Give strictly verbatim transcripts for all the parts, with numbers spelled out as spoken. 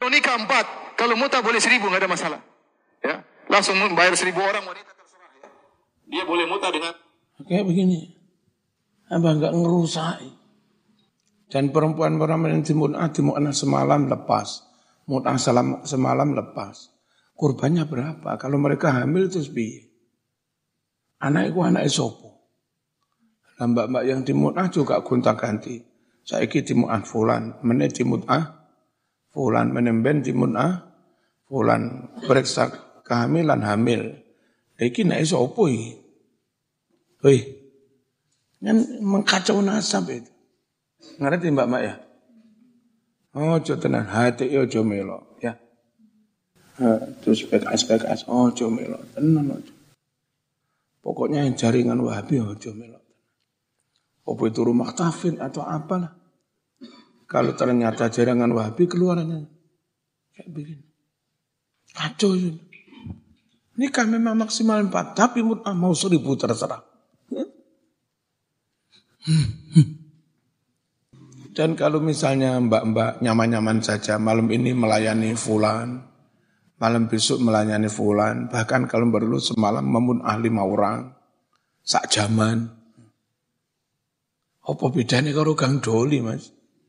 Kalau nikah empat, kalau muta boleh seribu, nggak ada masalah. Ya, langsung bayar seribu orang wanita terserah. Ya. Dia boleh muta dengan. Kayak begini, abang nggak ngerusai. Dan perempuan-perempuan yang dimut'ah, dimut'ah semalam lepas, mut'ah semalam lepas. Kurbannya berapa? Kalau mereka hamil terus biye. Anak itu anak sopo. Mbak-mbak yang dimut'ah juga gonta-ganti. Saiki dimut'ah fulan, meneh dimut'ah fulan, menemben dimut'ah fulan, periksa kehamilan hamil. Iki nek iso opo iki? Hei. Kan mengkacau nasab itu. Ngerti Mbak-mbak ya? Ojo tenan, hati ojo melo, ya. Terus P K S P K S ojo melo, tenan ojo. Pokoknya yang jaringan Wahabi ojo melo. Apa itu rumah tafid atau apalah. Kalau ternyata jaringan Wahabi keluarannya kayak begini. Kacau itu. Nikah memang maksimal empat, tapi mau seribu terserah. Dan kalau misalnya mbak-mbak nyaman-nyaman saja, malam ini melayani fulan, malam besok melayani fulan, bahkan kalau perlu semalam memunah lima orang, sak jaman. Apa bedanya karo Gang Doli, Mas?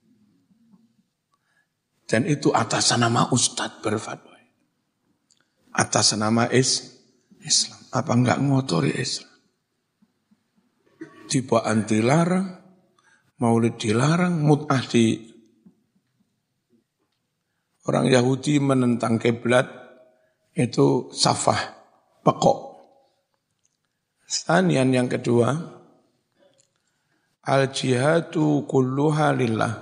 Dan itu atas nama Ustadz berfatwa. Atas nama is, Islam. Apa enggak ngotori Islam? Tibaan dilarang, maulid dilarang, mut'ah di. Orang Yahudi menentang kiblat itu safah, pekok. Sanian yang kedua, al-jihadu kulluha lillah.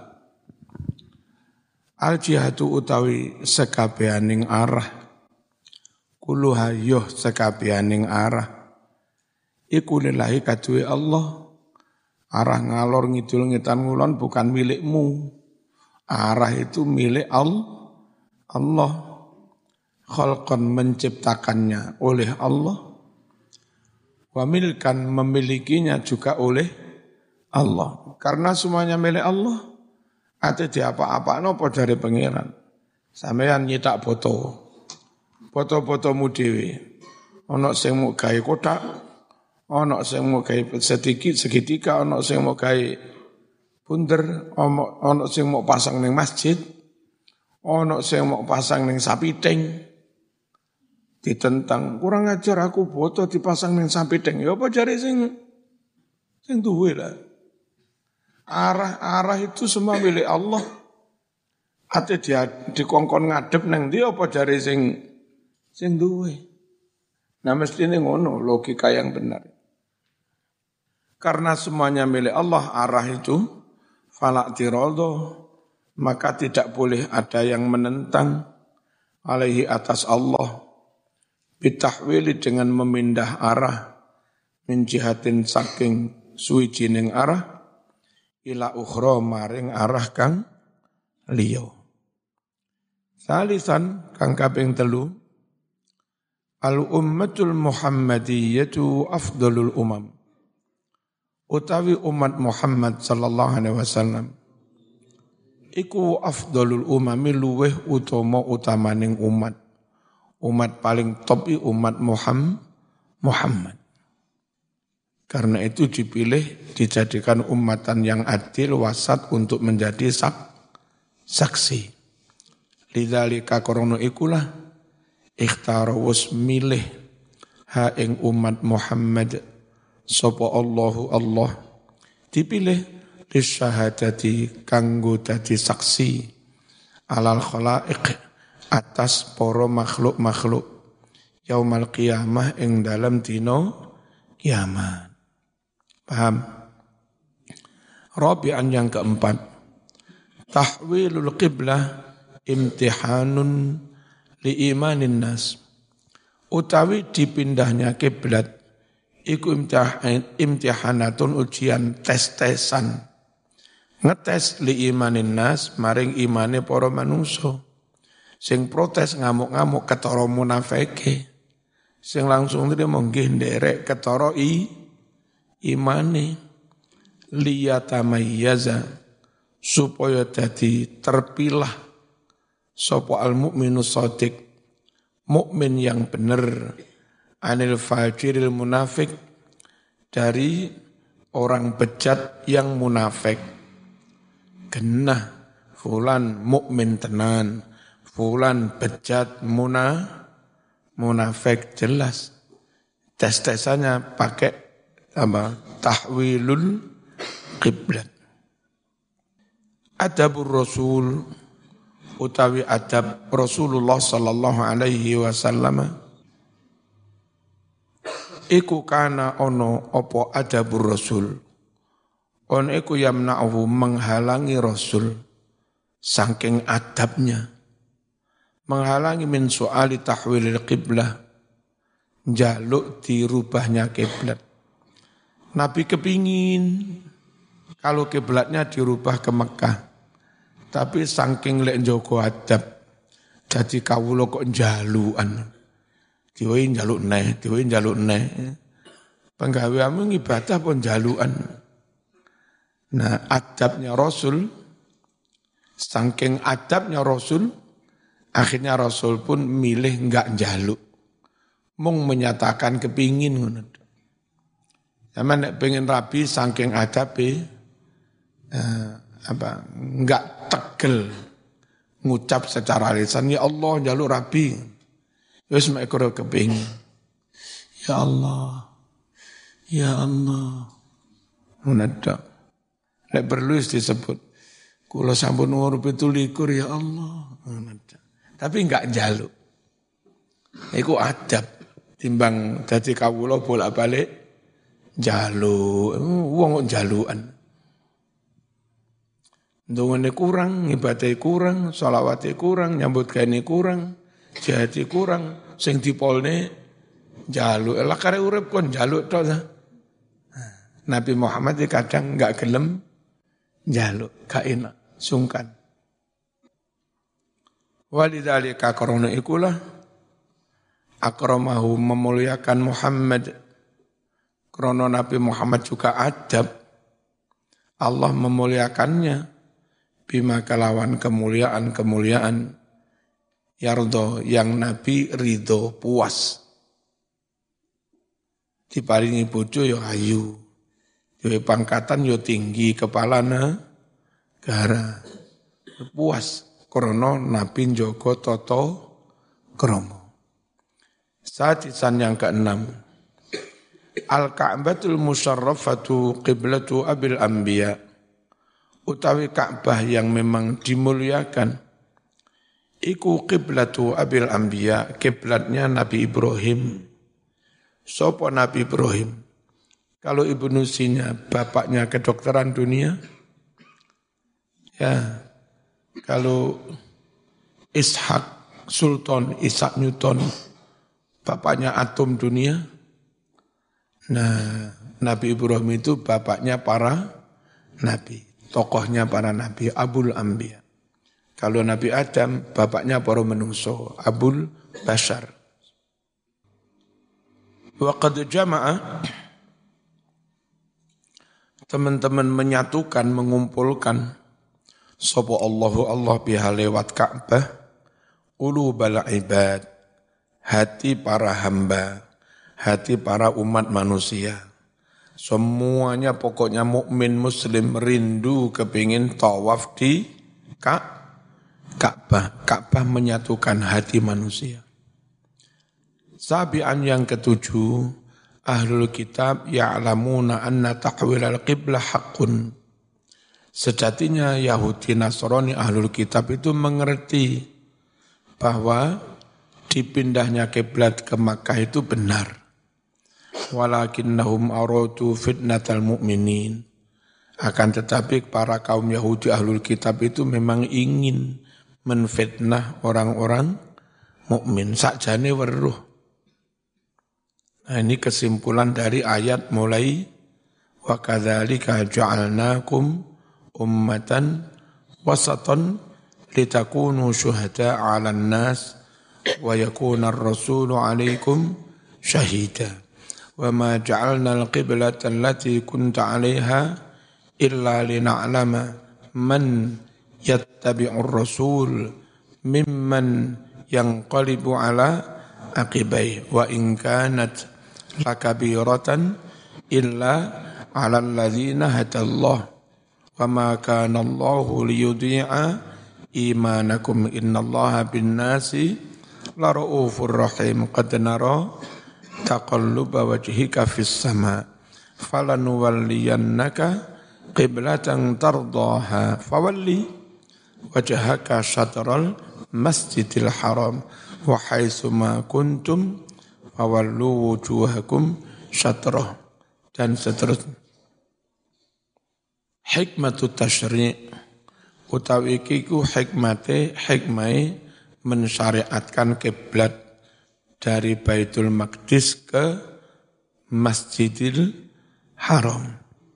Al-jihadu utawi sekabianing arah, kulluha yuh sekabianing arah. Iku lillahi kaduwe Allah. Arah ngalor ngidul ngitan ngulon bukan milikmu. Arah itu milik Allah. Allah khalqan menciptakannya oleh Allah. Wa milkan memilikinya juga oleh Allah. Karena semuanya milik Allah. Ate diapa-apa nopo dari pangeran. Sampeyan nyitak foto. Foto-fotomu dhewe. Ana sing mau gawe kotak, ana sing mau gawe sedikit segitiga, ana sing mau gawe bunder, ana sing mau pasang ning masjid, ana sing mau pasang ning sapiting. Ditentang, kurang ajar aku foto dipasang ning sapiting. Ya apa jare sing sing duwe lah. Arah-arah itu semua milik Allah. Ate dia dikongkon ngadep nang ndi apa jare sing sing duwe. Nah mestine ngono logika yang benar. Karena semuanya milik Allah arah itu falak tirodo, maka tidak boleh ada yang menentang alaihi atas Allah bitahwili dengan memindah arah min jihatin saking suwijining arah ila ukhra maring arah kang liya. Salisan kang kaping telu al-ummatul Muhammadiyyatu afdalul umam. Utawi umat Muhammad sallallahu alaihi wasallam iku afdalul umami luweh utama utamaning umat. Umat paling top i umat Muhammad. Muhammad. Karena itu dipilih dijadikan umatan yang adil wasat untuk menjadi sak, saksi. Lidzalika korono ikulah ikhtara was milih ha ing umat Muhammad sapa Allahu Allah dipilih lisyahadati kanggo dadi saksi alal khalaiq atas para makhluk-makhluk yaumal qiyamah ing dalam dina kiamat. Paham? Rabi'an yang keempat, tahwilul qiblah imtihanun li imanin nas. Utawi dipindahnya kiblat iku imtihan, imtihanatun ujian tes-tesan. Ngetes li imanin nas maring imane para manungsa. Sing protes ngamuk-ngamuk ketara munafike. Sing langsung terima nggih nderek ketara i imane liyatamayyaza supaya dadi terpilah Sopo al-mu'minu shadiq, mukmin yang benar, anil fajiril munafik, dari orang bejat yang munafik. Genah fulan mukmin tenan, fulan bejat muna munafik, jelas. Tes-tesannya pakai apa? Tahwilul qiblat. Adabur Rasul, utawi adab Rasulullah sallallahu alaihi wasallam, iku kana ono opo adabur Rasul, on iku yamna'uhu menghalangi Rasul saking adabnya, menghalangi min soali tahwilil qiblah, jaluk dirubahnya kiblat. Nabi kepingin kalau kiblatnya dirubah ke Mekah, tapi saking lek njogo adab, jadi kawula kok jalukan. Diwehi njaluk neh, diwehi njaluk neh. Penggaweanmu ibadah pun jalukan. Nah, adabnya Rasul, saking adabnya Rasul, akhirnya Rasul pun milih enggak njaluk. Mung menyatakan kepingin ngono. Zaman nek pengen rabi saking adabe eh, apa enggak tegel ngucap secara lisan, ya Allah njaluk rabi. Wis mek karo kepingin. Ya Allah. Ya Allah. Ngono tok. Nek perlu disebut kula sampun umur pitu likur ya Allah. Ngono tok. Tapi enggak njaluk. Iku adab. Timbang dadi kawula bolak-balik njaluk, wong kok njalukan. Ndongane kurang, ibadate kurang, selawate kurang, nyambut gawe kurang, jihadi kurang, sing dipolne njaluk. Lah kare urip kon njaluk tok ta. Nabi Muhammad kadang enggak gelem njaluk, gak enak, sungkan. Walidzalika karena ikulah akramahu memuliakan Muhammad, karena Nabi Muhammad juga adab, Allah memuliakannya bima kelawan kemuliaan-kemuliaan yardo yang Nabi ridho puas. Diparingi bojo yo ayu, yo pangkatan yo tinggi, kepala negara, puas karena Nabi njogo toto kromo. Sadisan yang keenam, Al-Ka'batul Musyarrafatu qiblatu abil anbiya, utawi Ka'bah yang memang dimuliakan, iku qiblatu abil anbiya, kiblatnya Nabi Ibrahim. Sopo Nabi Ibrahim? Kalau Ibnu Sina bapaknya kedokteran dunia, ya. Kalau Ishak Sultan Ishak Newton bapaknya atom dunia. Nah, Nabi Ibrahim itu bapaknya para nabi, tokohnya para nabi, Abul Anbiya. Kalau Nabi Adam, bapaknya para menungso, Abul Bashar. Wa qad jama'a, teman-teman menyatukan, mengumpulkan, sapa Allahu Allah biha lewat Ka'bah, qulubal ibad, hati para hamba, hati para umat manusia. Semuanya pokoknya mukmin muslim rindu kepingin tawaf di Ka'bah. Ka'bah menyatukan hati manusia. Sabian yang ketujuh, ahlul kitab ya'lamuna anna tahwil al-qiblah haqqun. Sejatinya Yahudi Nasrani ahlul kitab itu mengerti bahwa dipindahnya kiblat ke Makkah itu benar. Walakinnahum aradu fitnatal mu'minin. Akan tetapi para kaum Yahudi ahlul kitab itu memang ingin menfitnah orang-orang mukmin. Sakjane weruh. Nah, ini kesimpulan dari ayat mulai wa kadzalika ja'alnakum ummatan wasatan litakunu syuhada 'alan nas wa yakuna ar-rasulu 'alaikum syahida wa ma ja'alna al-qiblata allati kunta 'alaiha illa lina'lama man yattabi'ur rasul mimman yanqalibu ala aqibai wa in kanat lakabiratan illa ala alladzina hadallah wa ma kana Allahu liyudhi'a imanakum innallaha bin-nasi lara'ufur rahim qad nara taqalluba wajhika fis sama falanuwalliyannaka qiblatan tardaha fawalli wajhaka syatral masjidil haram wa haitsu ma kuntum fawallu wujuhakum syatrah dan seterusnya. Hikmatut tasyri' utawi iki ku hikmate hikmai mensyariatkan kiblat dari Baitul Maqdis ke Masjidil Haram.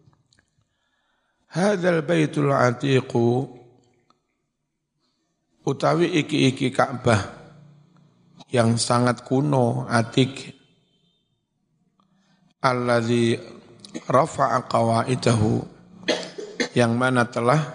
Hadzal baitul atiqu utawi iki-iki Ka'bah yang sangat kuno, atik, alladzi rafa'a qawaidahu, yang mana telah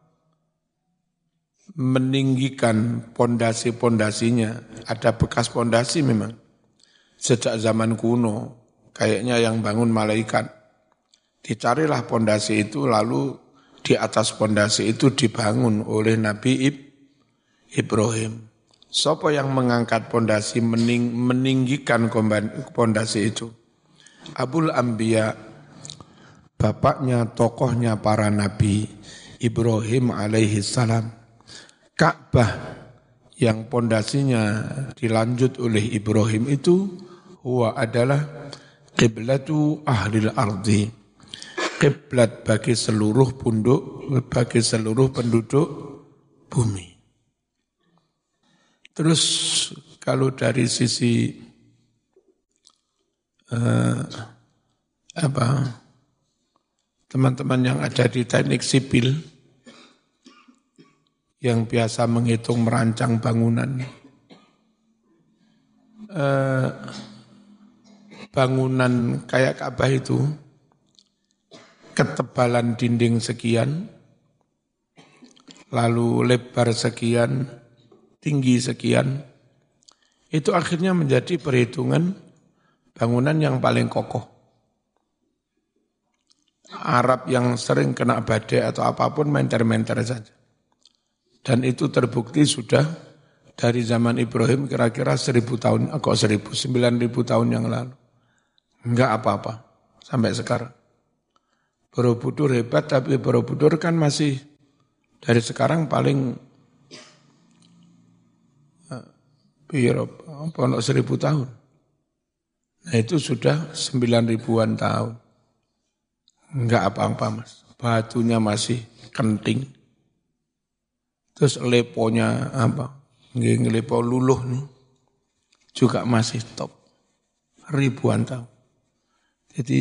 meninggikan pondasi-pondasinya. Ada bekas pondasi memang sejak zaman kuno, kayaknya yang bangun malaikat. Dicarilah pondasi itu, lalu di atas pondasi itu dibangun oleh Nabi Ibrahim. Siapa yang mengangkat pondasi, mening, meninggikan pondasi itu? Abul Anbiya, bapaknya, tokohnya para nabi, Ibrahim alaihi salam. Ka'bah yang pondasinya dilanjut oleh Ibrahim itu huwa adalah qiblatu ahlil ardi, kiblat bagi seluruh penduduk, bagi seluruh penduduk bumi. Terus kalau dari sisi uh, apa teman-teman yang ada di teknik sipil yang biasa menghitung merancang bangunan, uh, bangunan kayak Ka'bah itu ketebalan dinding sekian, lalu lebar sekian, tinggi sekian, itu akhirnya menjadi perhitungan bangunan yang paling kokoh. Arab yang sering kena badai atau apapun menter-menter saja. Dan itu terbukti sudah dari zaman Ibrahim kira-kira seribu tahun, kok seribu, sembilan ribu tahun yang lalu. Enggak apa-apa sampai sekarang. Borobudur hebat, tapi Borobudur kan masih dari sekarang paling pondok seribu tahun. Nah itu sudah sembilan ribuan tahun. Enggak apa-apa mas. Batunya masih kenting. Terus leponya apa? Ngelepo luluh nih. Juga masih top. Ribuan tahun. Jadi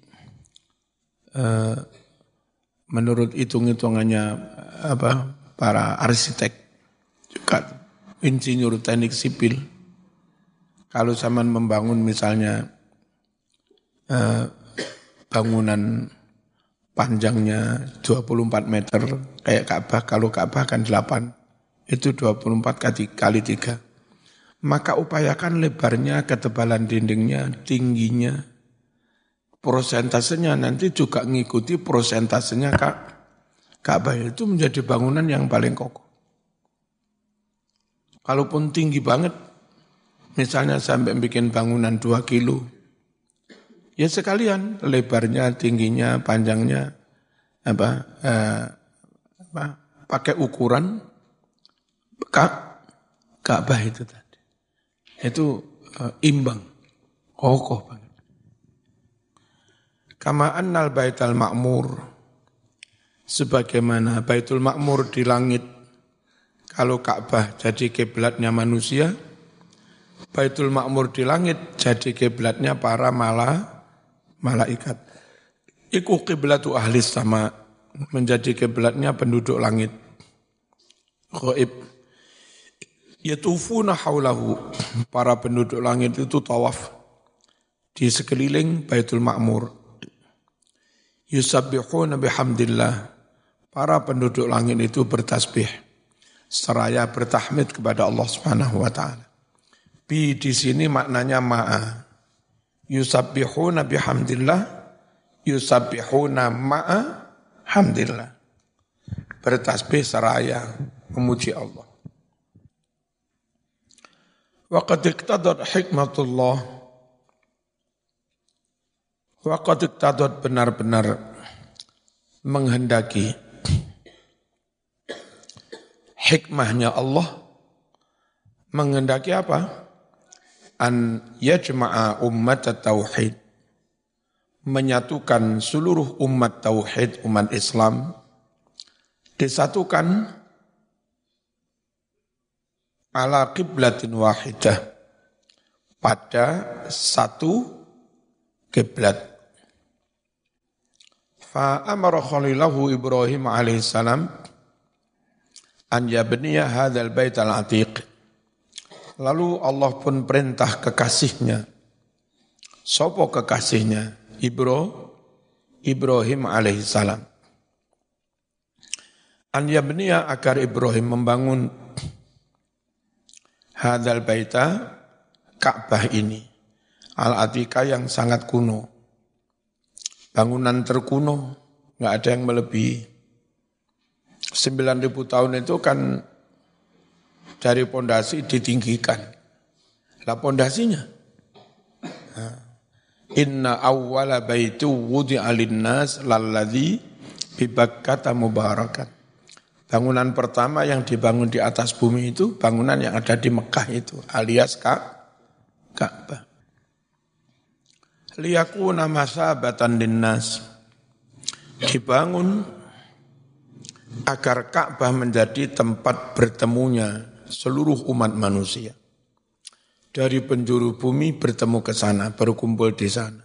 eh, menurut hitung-hitungannya apa para arsitek juga insinyur teknik sipil, kalau zaman membangun misalnya eh, bangunan panjangnya dua puluh empat meter kayak Ka'bah, kalau Ka'bah kan delapan, itu dua puluh empat kali tiga. Maka upayakan lebarnya, ketebalan dindingnya, tingginya, prosentasenya nanti juga ngikuti prosentasenya Ka'bah, itu menjadi bangunan yang paling kokoh. Kalaupun tinggi banget, misalnya sampai bikin bangunan dua kilo, ya sekalian lebarnya, tingginya, panjangnya, apa, eh, apa pakai ukuran Ka'bah itu tadi. Itu eh, imbang, kokoh banget. Kama annal baital ma'mur, sebagaimana Baitul Ma'mur di langit, kalau Ka'bah jadi kiblatnya manusia, Baitul Ma'mur di langit jadi kiblatnya para mala, malaikat. Iku kiblatu ahli sama, menjadi kiblatnya penduduk langit. Ghaib. Yatufuna haulahu, para penduduk langit itu tawaf di sekeliling Baitul Ma'mur. Yusabbihuna bihamdillah, para penduduk langit itu bertasbih. seraya bertahmid kepada Allah Subhanahu wa taala. Bi di sini maknanya ma'a. Yusabbihuna bihamdillah, yusabbihuna ma'a hamdillah. Bertasbih seraya memuji Allah. Wa qad iqtadat hikmatullah. Wa qad iqtadat benar-benar menghendaki hikmahnya Allah, menghendaki apa? An yajma'a ummat tauhid, menyatukan seluruh umat tauhid, umat Islam, disatukan ala qiblatin wahidah, pada satu kiblat. Fa amara khalilahu Ibrahim alaihissalam an yabniya hadzal bait al-atiq. Lalu Allah pun perintah kekasihnya. Sopo kekasihnya? Ibro, Ibrahim alaihissalam. An yabniya, agar Ibrahim membangun hadzal baita, Ka'bah ini, al-atiqa yang sangat kuno. Bangunan terkuno, enggak ada yang melebihi. sembilan ribu tahun itu kan dari pondasi ditinggikan. Lah pondasinya. Inna awwala baitu wudi'a lin-nas lalladzi bi Bakkata mubarakan. Bangunan pertama yang dibangun di atas bumi itu bangunan yang ada di Mekah itu, alias Ka'bah. Liyakuna masabatan lin-nas. Dibangun agar Ka'bah menjadi tempat bertemunya seluruh umat manusia. Dari penjuru bumi bertemu ke sana, berkumpul di sana.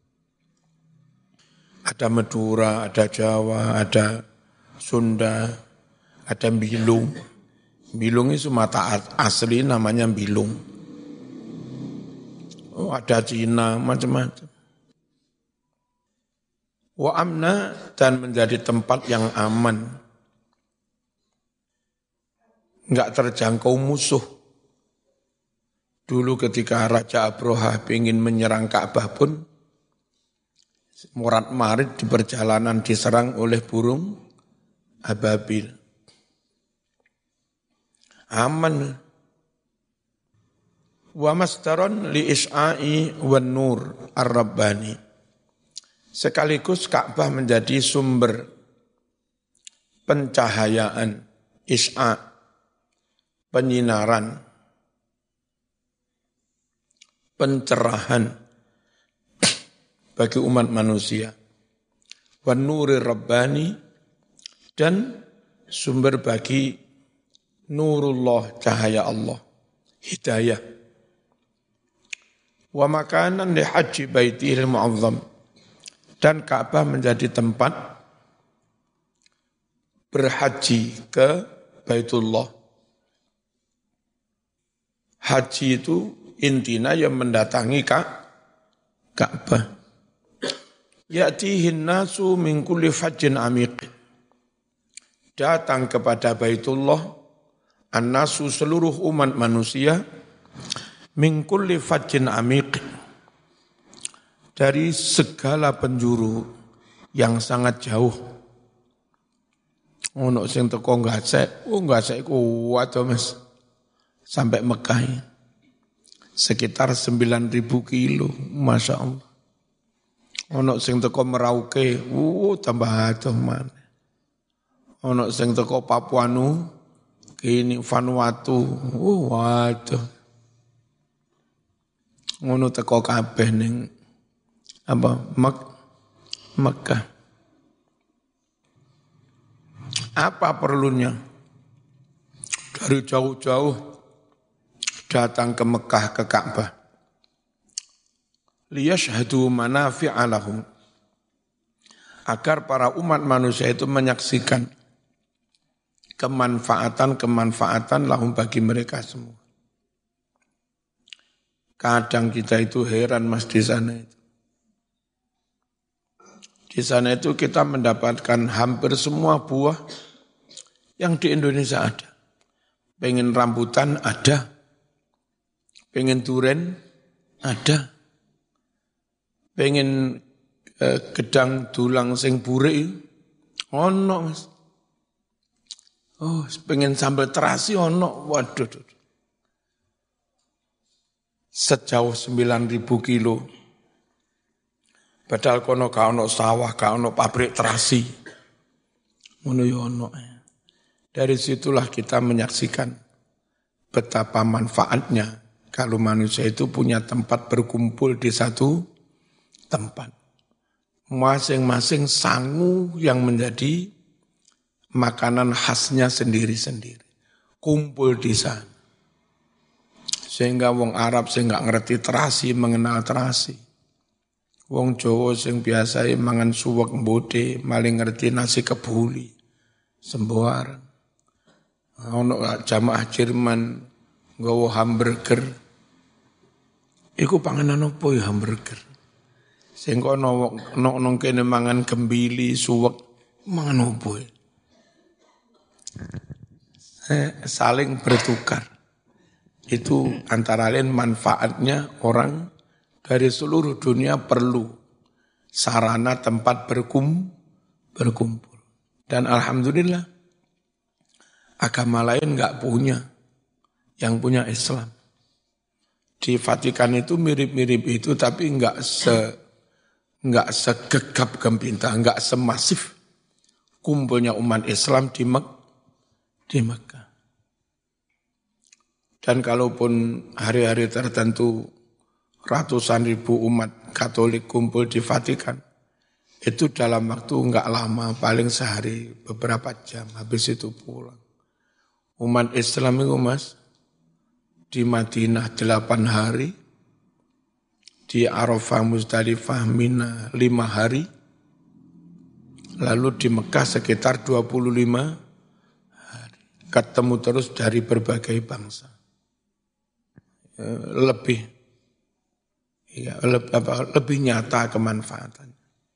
Ada Madura, ada Jawa, ada Sunda, ada Bilung. Bilung itu mata asli namanya Bilung. Oh, ada Cina, macam-macam. Wa amna, dan menjadi tempat yang aman. Enggak terjangkau musuh. Dulu ketika Raja Abroha ingin menyerang Ka'bah pun, morat-marit di perjalanan diserang oleh burung ababil. Aman. Wa masdaron li is'a'i wan nur ar-rabbani. Sekaligus Ka'bah menjadi sumber pencahayaan, is'a', penyinaran, pencerahan bagi umat manusia. Wan nuri rabbani, dan sumber bagi nurullah, cahaya Allah, hidayah. Wa makanan li haji baitihil mu'azzam, dan Ka'bah menjadi tempat berhaji ke Baitullah. Haji itu intinya yang mendatangi Ka'bah. Ya'tihin nasu min kulli fajjin amiq. Datang kepada Baitullah an-nasu, seluruh umat manusia, min kulli fajjin amiq, dari segala penjuru yang sangat jauh. Ono sing teko Gasek, oh Gasek kuat Mas. Sampai Mekah, sekitar sembilan ribu kilo, Masya Allah. Ono sing teko Merauke, uh, tambah adoh mana. Ono sing teko Papua Nu, kini Vanuatu, uh, waduh. Ono teko kabeh ning apa Mek Mekah. Apa perlunya? Dari jauh-jauh datang ke Mekah, ke Ka'bah. Liyashhadu manafi'a lahum, agar para umat manusia itu menyaksikan kemanfaatan-kemanfaatan lahum bagi mereka semua. Kadang kita itu heran Mas di sana itu. Di sana itu kita mendapatkan hampir semua buah yang di Indonesia ada. pengen rambutan ada, pengen duren ada, pengen eh, gedang dulang sing burik ono Mas. Oh, pengen sambal terasi ono, waduh. Sejauh sembilan ribu kilo. Padahal kono gak ono sawah, gak ono pabrik terasi. Ngono yo ono. Dari situlah kita menyaksikan betapa manfaatnya kalau manusia itu punya tempat berkumpul di satu tempat. Masing-masing sangu yang menjadi makanan khasnya sendiri-sendiri. Kumpul di sana. Sehingga wong Arab sing gak ngerti terasi mengenal terasi. Wong Jawa sing biasa mangan suwek mbode maling ngerti nasi kebuli. Sembarang. Ono jamaah Jerman nggawa hamburger. Iku panganan apa ya hamburger? Sing kono nang kene mangan gembili, suwek, mangan apa ya? Eh, saling bertukar. Itu antara lain manfaatnya orang dari seluruh dunia perlu sarana tempat berkum, berkumpul. Dan alhamdulillah agama lain enggak punya, yang punya Islam. Di Vatikan itu mirip-mirip itu tapi enggak se enggak segegap gempita, enggak semasif kumpulnya umat Islam di Mek di Mekah. Dan kalaupun hari-hari tertentu ratusan ribu umat Katolik kumpul di Vatikan, itu dalam waktu enggak lama, paling sehari beberapa jam, habis itu pulang. Umat Islam itu Mas, di Madinah delapan hari, di Arafah Muzdalifah Mina lima hari, lalu di Mekah sekitar dua puluh lima hari. Ketemu terus dari berbagai bangsa. Lebih ya, lebih, apa, lebih nyata kemanfaatannya.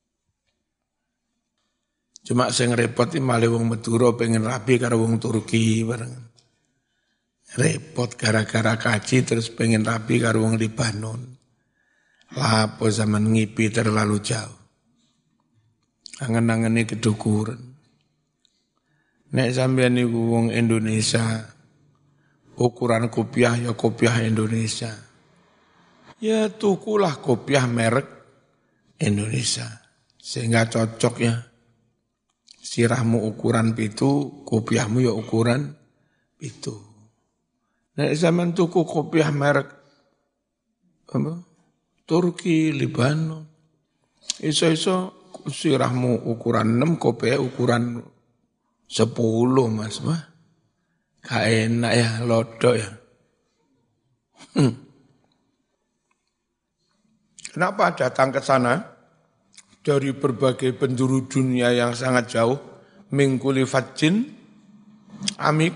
Cuma sing repot iki malah wong Madura pengen rapi karo wong Turki bareng. Repot gara-gara kaji terus pengen rapi karo wong Libanon. Lapo zaman ngipi terlalu jauh. Angen-angene kedukuran. Nek sampeyan niku wong Indonesia, ukuran kopiah ya kopiah Indonesia. Ya tukulah kopiah merek Indonesia. Sehingga cocok ya. Sirahmu ukuran pitu, kopiahmu ya ukuran pitu. Nek zaman tuku kopiah merek apa? Turki, Libanon. Iso-iso sirahmu ukuran enam, kopiah ukuran sepuluh Mas. Wah. Gak enak ya, lodok ya. Hmm. Kenapa datang ke sana? Dari berbagai penjuru dunia yang sangat jauh, mingkuli fajin, amik,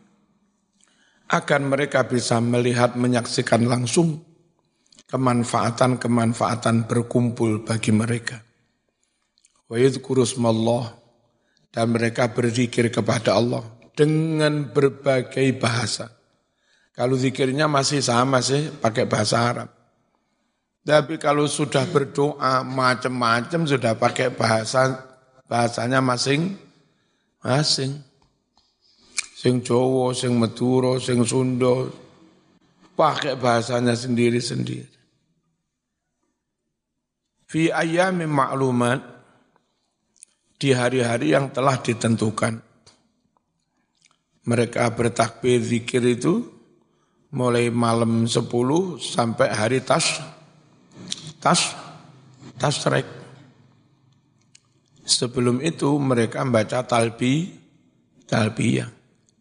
agar mereka bisa melihat, menyaksikan langsung kemanfaatan-kemanfaatan berkumpul bagi mereka. Wa yadhkuru smallah, dan mereka berzikir kepada Allah dengan berbagai bahasa. Kalau zikirnya masih sama sih, pakai bahasa Arab. Tapi kalau sudah berdoa macam-macam sudah pakai bahasa bahasanya masing-masing. Sing Jawa, sing Madura, sing Sunda pakai bahasanya sendiri-sendiri. Fi ayyamin ma'lumat, di hari-hari yang telah ditentukan. Mereka bertakbir zikir itu mulai malam sepuluh sampai hari tas Tas, tasrek. Sebelum itu mereka membaca talbi, talbiyah.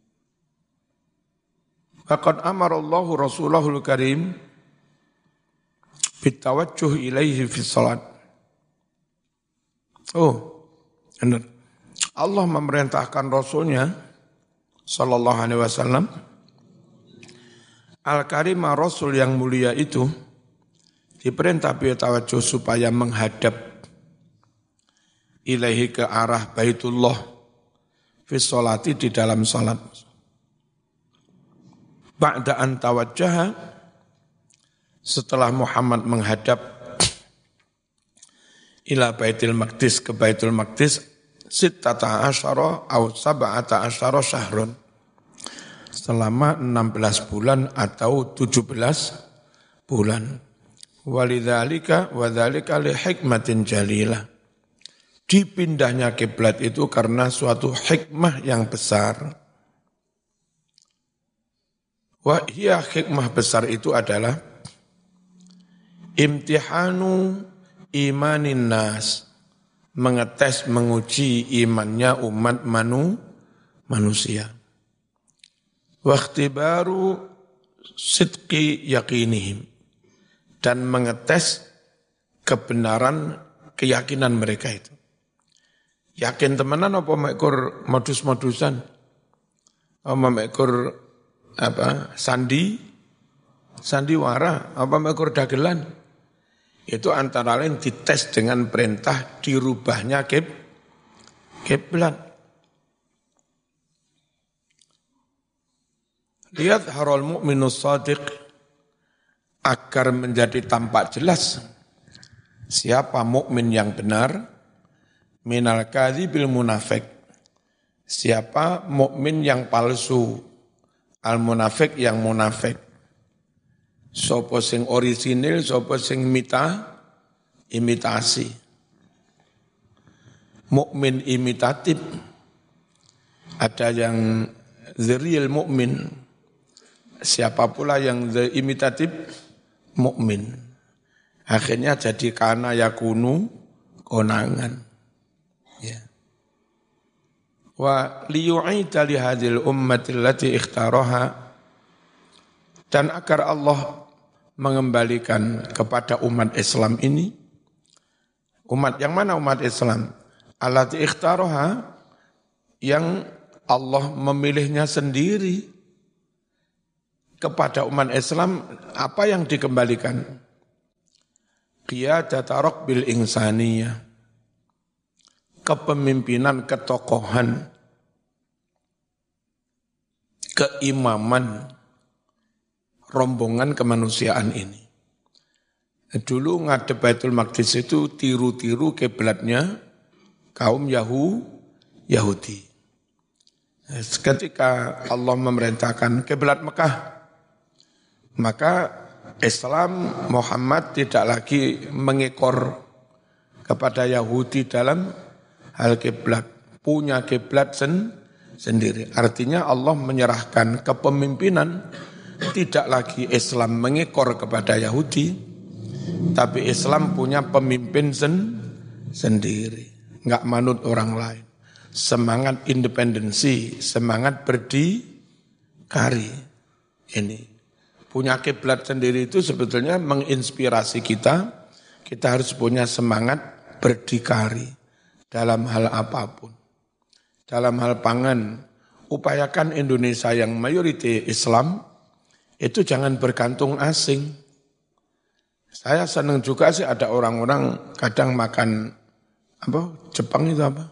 Faqad amarallahu rasulahul karim bitawajjuh ilaihi fi salat. Oh, benar. Allah memerintahkan Rasulnya sallallahu alaihi wasallam, al-karimah Rasul yang mulia itu, diperintah bertawajuh supaya menghadap ilahi ke arah Baitullah fi sholati di dalam salat. ba'da an tawajjaha, setelah Muhammad menghadap ila Baitul Maqdis, ke Baitul Maqdis, sittata asyara atau sab'ata asyara syahrun, selama enam belas bulan atau tujuh belas bulan. Walidzalika wadzalika li hikmatin jalilah. Dipindahnya kiblat itu karena suatu hikmah yang besar. Wa hiya hikmah besar itu adalah imtihanu imanin nas, mengetes, menguji imannya umat manu, manusia. Wa ikhtibaru sidqi yaqinihim, dan mengetes kebenaran keyakinan mereka itu. Yakin temenan apa mekur modus-modusan? Apa mekur apa sandi? Sandiwara? Apa mekur dagelan? Itu antara lain dites dengan perintah dirubahnya kib, kiblat. Lihat harul mu'minus shadiq, agar menjadi tampak jelas siapa mukmin yang benar, minal kadhibil munafik, siapa mukmin yang palsu, al munafik yang munafik. Sopo sing orisinil, sopo sing mita, imitasi. Mukmin imitatif, ada yang the real mukmin, siapa pula yang the imitatif mukmin. Akhirnya jadi kana yakunu konangan. Ya. Wa liyu'ida li hadhil ummati allati ikhtaraha, dan agar Allah mengembalikan kepada umat Islam ini, umat yang mana umat Islam? Allati ikhtaraha, yang Allah memilihnya sendiri. Kepada umat Islam apa yang dikembalikan? Qiyadata raqbil insaniyah, kepemimpinan, ketokohan, keimaman, rombongan kemanusiaan ini. Dulu ngadep Baitul Maqdis itu tiru-tiru kiblatnya kaum Yahu, Yahudi. Ketika Allah memerintahkan kiblat Mekah, maka Islam Muhammad tidak lagi mengekor kepada Yahudi dalam hal kiblat, punya kiblat sen, sendiri. Artinya Allah menyerahkan kepemimpinan, tidak lagi Islam mengekor kepada Yahudi, tapi Islam punya pemimpin sen, sendiri, enggak manut orang lain. Semangat independensi, semangat berdikari. Ini punya kiblat sendiri itu sebetulnya menginspirasi kita. Kita harus punya semangat berdikari dalam hal apapun. Dalam hal pangan, upayakan Indonesia yang mayoriti Islam itu jangan bergantung asing. Saya senang juga sih ada orang-orang kadang makan apa Jepang itu apa?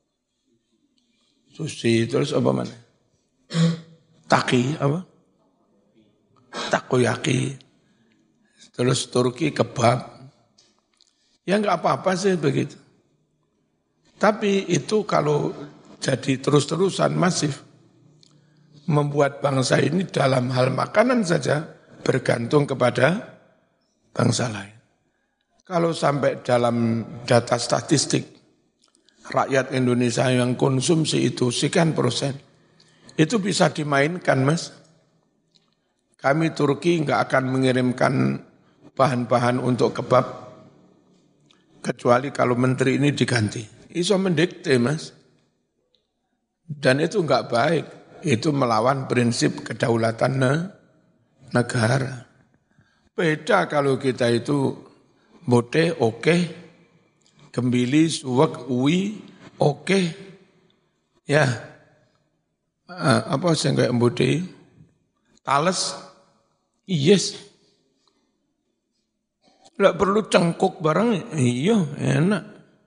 Sushi, terus apa mana? Taki apa? Takoyaki. Terus Turki kebab. Ya enggak apa-apa sih begitu. Tapi itu kalau jadi terus-terusan masif, membuat bangsa ini dalam hal makanan saja bergantung kepada bangsa lain. Kalau sampai dalam data statistik, rakyat Indonesia yang konsumsi itu sekian persen, itu bisa dimainkan, Mas. Kami Turki enggak akan mengirimkan bahan-bahan untuk kebab, kecuali kalau menteri ini diganti. Iso mendikte, Mas. Dan itu enggak baik. Itu melawan prinsip kedaulatan negara. Beda kalau kita itu bote oke, okay, kembili suwek uwi oke. Okay. Ya. Apa sih kayak bote? Tales. Yes. Enggak perlu cengkuk barang. Iya, enak.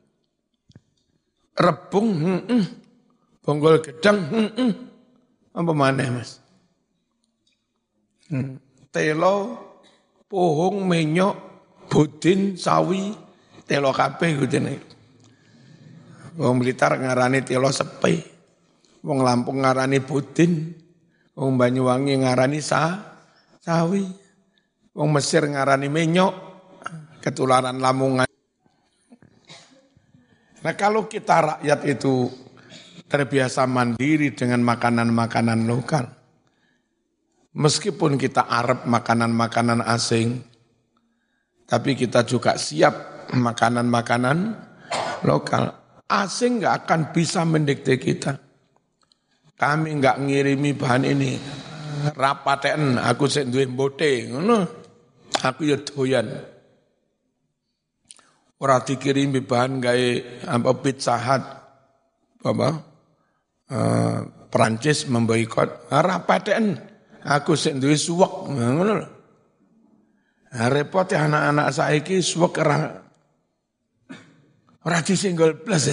Rebung, hmm, bonggol gedang, hmm, apa maneh, Mas? Hmm. Telo, pohong, menyok, budin, sawi, telo kabeh kudene. Wong Blitar ngarani telo sepe. Wong Lampung ngarani budin. Wong Banyuwangi ngarani sa, sawi. Wong Mesir ngarani menyok. Ketularan Lamongan. Nah kalau kita rakyat itu terbiasa mandiri dengan makanan-makanan lokal, meskipun kita arep makanan-makanan asing, tapi kita juga siap makanan-makanan lokal. Asing nggak akan bisa mendikte kita. Kami nggak ngirimi bahan ini. Rapaten, aku sing duwe mbote, ngono. Aku ya doyan. Ora dikirimi bahan gawe apa Pizza Hut, apa uh, Perancis memboikot. Rapaten, aku sing duwe suwek, ngono lho. Repot ya anak-anak saiki suwek ora ora disenggol plus.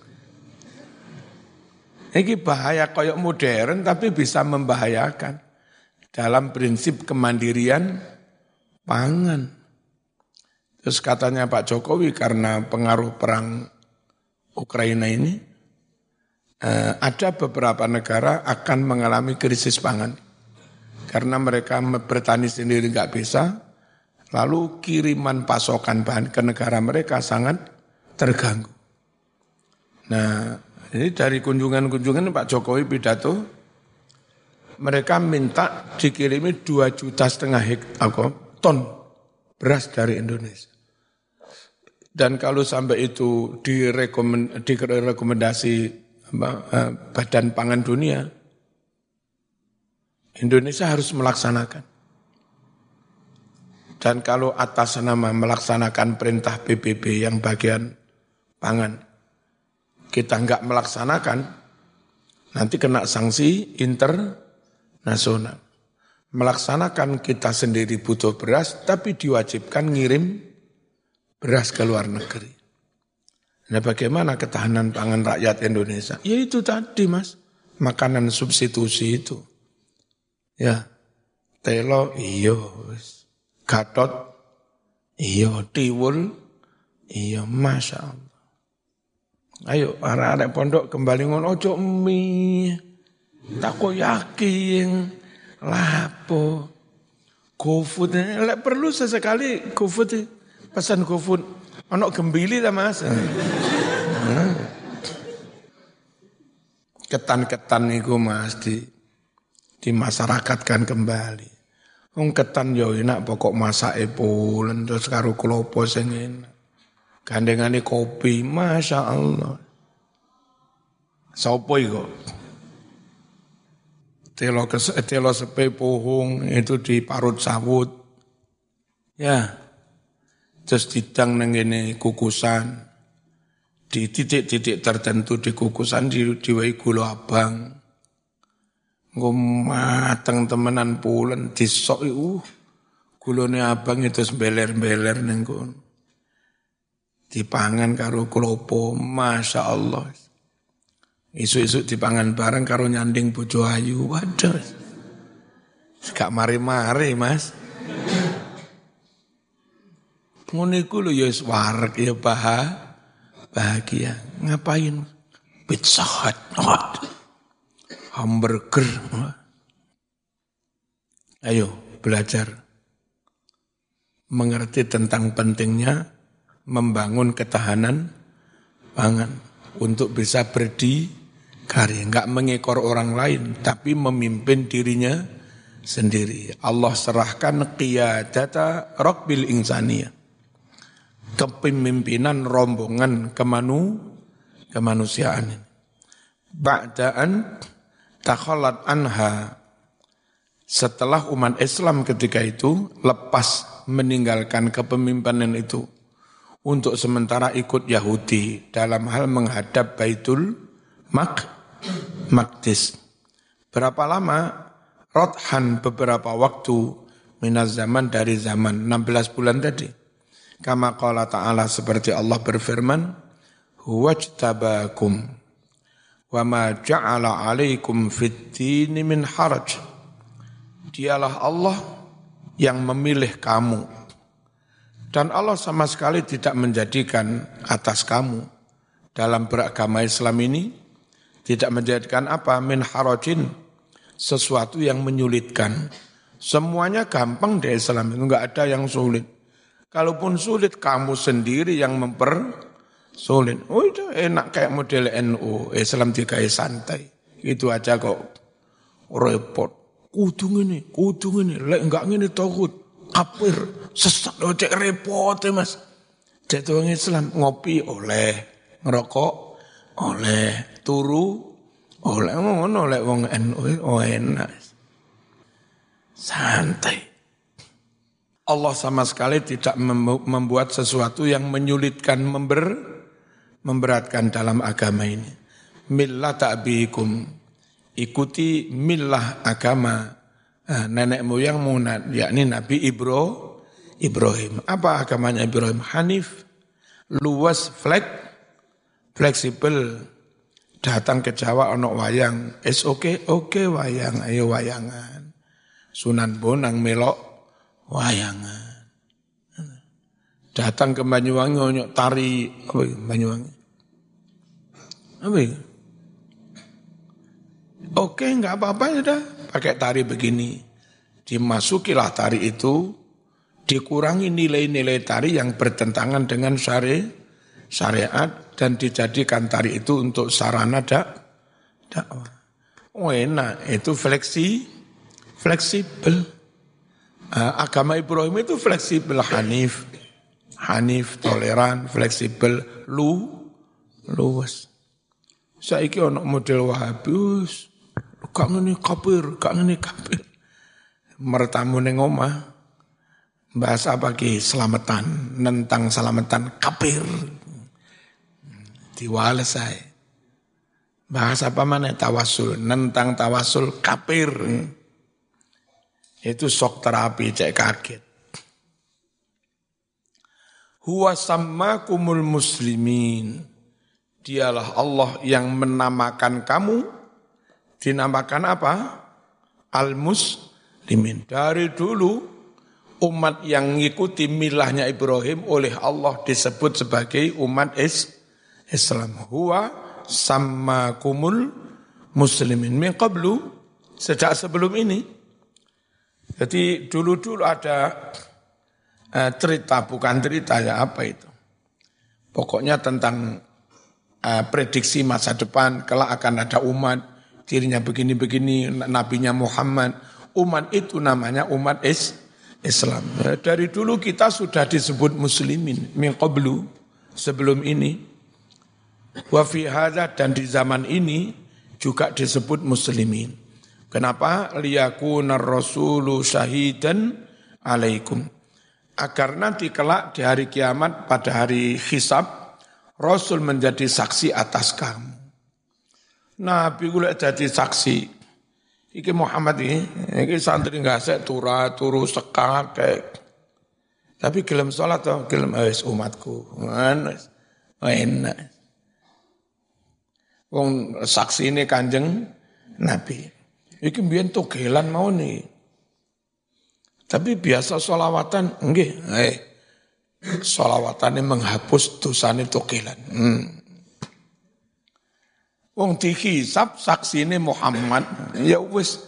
Iki bahaya koyok modern tapi bisa membahayakan dalam prinsip kemandirian pangan. Terus katanya Pak Jokowi karena pengaruh perang Ukraina ini, eh, ada beberapa negara akan mengalami krisis pangan. Karena mereka bertani sendiri nggak bisa, lalu kiriman pasokan bahan ke negara mereka sangat terganggu. Nah, ini dari kunjungan-kunjungan Pak Jokowi pidato, mereka minta dikirimi dua juta setengah hektar ton beras dari Indonesia. Dan kalau sampai itu direkomend, direkomendasi Badan Pangan Dunia, Indonesia harus melaksanakan. Dan kalau atas nama melaksanakan perintah P B B yang bagian pangan, kita enggak melaksanakan, nanti kena sanksi internasional. Melaksanakan kita sendiri butuh beras, tapi diwajibkan ngirim beras ke luar negeri. Nah bagaimana ketahanan pangan rakyat Indonesia? Ya itu tadi mas, makanan substitusi itu. Ya, telo iyo, gatot iyo, tiwul iyo, masya Allah. Ayo arek-arek pondok kembali ngono ojo mie, tak kok yakin, lapo, GoFood, lek perlu sesekali GoFood. Pesan GoFood, ono gembili lah mas. Ketan-ketan itu mas di, dimasyarakatkan kembali. Wong ketan yo enak pokok masak epulen terus karo klopo sing enak. Gandengane kopi, masya Allah. Sopo iku? Telo kes, telo sepe pohong itu diparut sawut. Ya. Terus didang nang ngene kukusan, di titik-titik tertentu di kukusan di diwai gula abang, nggo mateng temenan pulen disok iku gulane abang itu beler-beler nang kono. Dipangan karo klopo, masya Allah. Isu-isu dipangan bareng karo nyanding bojo ayu, waduh. Gak mari-mari mas. Ngono iku lho ya wis wareg ya bahagia. Ngapain? Pizza Hut, hamburger. Ayo belajar mengerti tentang pentingnya membangun ketahanan pangan untuk bisa berdikari, enggak mengekor orang lain tapi memimpin dirinya sendiri. Allah serahkan qiyadata rabbil insaniyah, kepemimpinan rombongan kemanu, kemanusiaan. Ba'daan takhallat anha, setelah umat Islam ketika itu lepas meninggalkan kepemimpinan itu untuk sementara ikut Yahudi dalam hal menghadap Baitul Maqdis. Berapa lama? Rothan beberapa waktu minaz zaman dari zaman enam belas bulan tadi. Kama qala ta'ala seperti Allah berfirman, huwajtabakum wa ma ja'ala alaikum fid dini min haraj. Dialah Allah yang memilih kamu. Dan Allah sama sekali tidak menjadikan atas kamu dalam beragama Islam ini, tidak menjadikan apa? Min harajin, sesuatu yang menyulitkan. Semuanya gampang di Islam, itu enggak ada yang sulit. Kalaupun sulit, kamu sendiri yang mempersulit. Oh itu enak kayak model N U, Islam dikai santai. Itu aja kok repot. Kudu ini, kudu ini, lek enggak ngene tauhid, kafir, sesat, cek repot ya Mas. Cek orang Islam ngopi oleh, ngerokok oleh, turu oleh, ngono lek wong N U oh enak. Santai. Allah sama sekali tidak membuat sesuatu yang menyulitkan, member, memberatkan dalam agama ini. Millah ta'bikum. Ikuti millah agama nah, nenek moyangmu, yakni Nabi Ibro, Ibrahim. Apa agamanya Ibrahim? Hanif, luas, flek, fleksibel. Datang ke Jawa ono wayang, es oke, oke wayang, ayo wayangan. Sunan Bonang melok wayangan. Datang ke Banyuwangi ono tari, apa itu Banyuwangi? Apa itu? Oke, enggak apa-apa sudah, pakai tari begini. Dimasukilah tari itu, dikurangi nilai-nilai tari yang bertentangan dengan syari, syariat dan dijadikan tari itu untuk sarana dak, dakwah. Oh enak, itu fleksi, fleksibel. Uh, agama Ibrahim itu fleksibel, hanif, hanif, toleran, fleksibel, lu, luas. Saiki ono model Wahabis. Kak ngene kafir, kak ngene kafir. Mertamu ning omah bahas apa ki? Selamatan, nentang selamatan kafir. Diwales ae. Bahas apa mana? Tawasul, nentang tawasul kafir. Itu sok terapi cek kaget. Huwa sammakumul muslimin. Dialah Allah yang menamakan kamu. Dinamakan apa? Al-Muslimin. Dari dulu umat yang mengikuti milahnya Ibrahim oleh Allah disebut sebagai umat is Islam. Huwa sammakumul muslimin. Min qablu, sejak sebelum ini. Jadi dulu-dulu ada uh, cerita, bukan cerita ya apa itu. Pokoknya tentang uh, prediksi masa depan, kelak akan ada umat, dirinya begini-begini, nabinya Muhammad. Umat itu namanya umat is, Islam. Dari dulu kita sudah disebut muslimin. Min qablu, sebelum ini. Wa fi hadza, dan di zaman ini juga disebut muslimin. Kenapa? Liyakunar rasulu syahidan alaikum. Agar nanti kelak di hari kiamat, pada hari hisab, Rasul menjadi saksi atas kamu. Nabi kula jadi saksi. Iki Muhammad ini, iki santri ngasek turah turu sekak kayak. Tapi gelem salat atau gelem wis umatku. Enak. Enak. Wong saksi ini Kanjeng Nabi. Iki mbiyen togelan mau nih. Tapi biasa sholawatan nggih. Eh. Sholawatane menghapus dosane togelan. Hmm. Wong dihisab saksine Muhammad, ya wis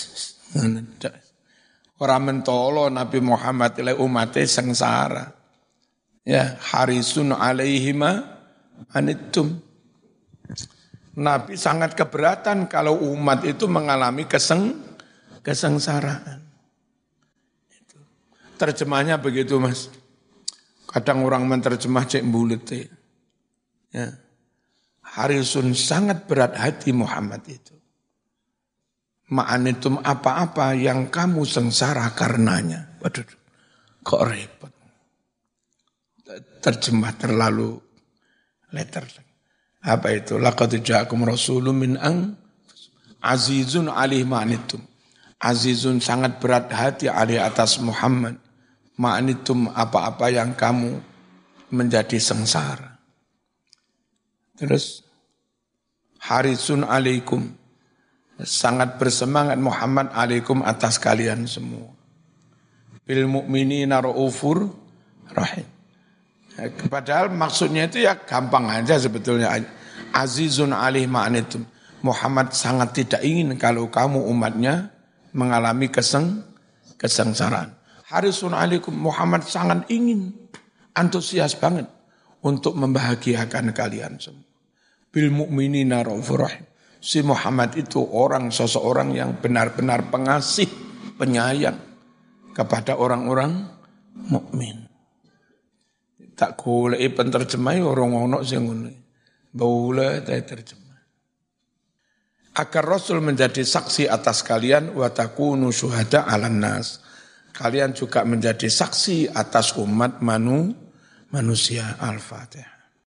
ora mentolo Nabi Muhammad ile umate sengsara. Ya, harisun alaihima anittum. Nabi sangat keberatan kalau umat itu mengalami keseng kesengsaraan. Itu. Terjemahnya begitu, Mas. Kadang orang menerjemah cek bulet ya. Harisun, sangat berat hati Muhammad itu. Ma'anitum, apa-apa yang kamu sengsara karenanya. Waduh, kok repot. Terjemah terlalu letter. Apa itu? Laqad ja'akum rasulun min ang azizun alaihi ma'anitum. Azizun, sangat berat hati alaihi atas Muhammad. Ma'anitum, apa-apa yang kamu menjadi sengsara. Terus harisun alaikum, sangat bersemangat Muhammad alaikum atas kalian semua. Bil mu'minina raufur rahim. Padahal maksudnya itu ya gampang aja sebetulnya. Azizun alih ma'anitum. Muhammad sangat tidak ingin kalau kamu umatnya mengalami keseng, kesengsaraan. Harisun alaikum, Muhammad sangat ingin, antusias banget untuk membahagiakan kalian semua. Bil mu'minina raufur rahim. Si Muhammad itu orang, seseorang yang benar-benar pengasih, penyayang kepada orang-orang mukmin. Tak goleki penterjemah orang ono sing ngono. Baula tak terjemah. Agar Rasul menjadi saksi atas kalian wa takunu syuhada 'alan nas. Kalian juga menjadi saksi atas umat manu manusia. Al-Fatihah.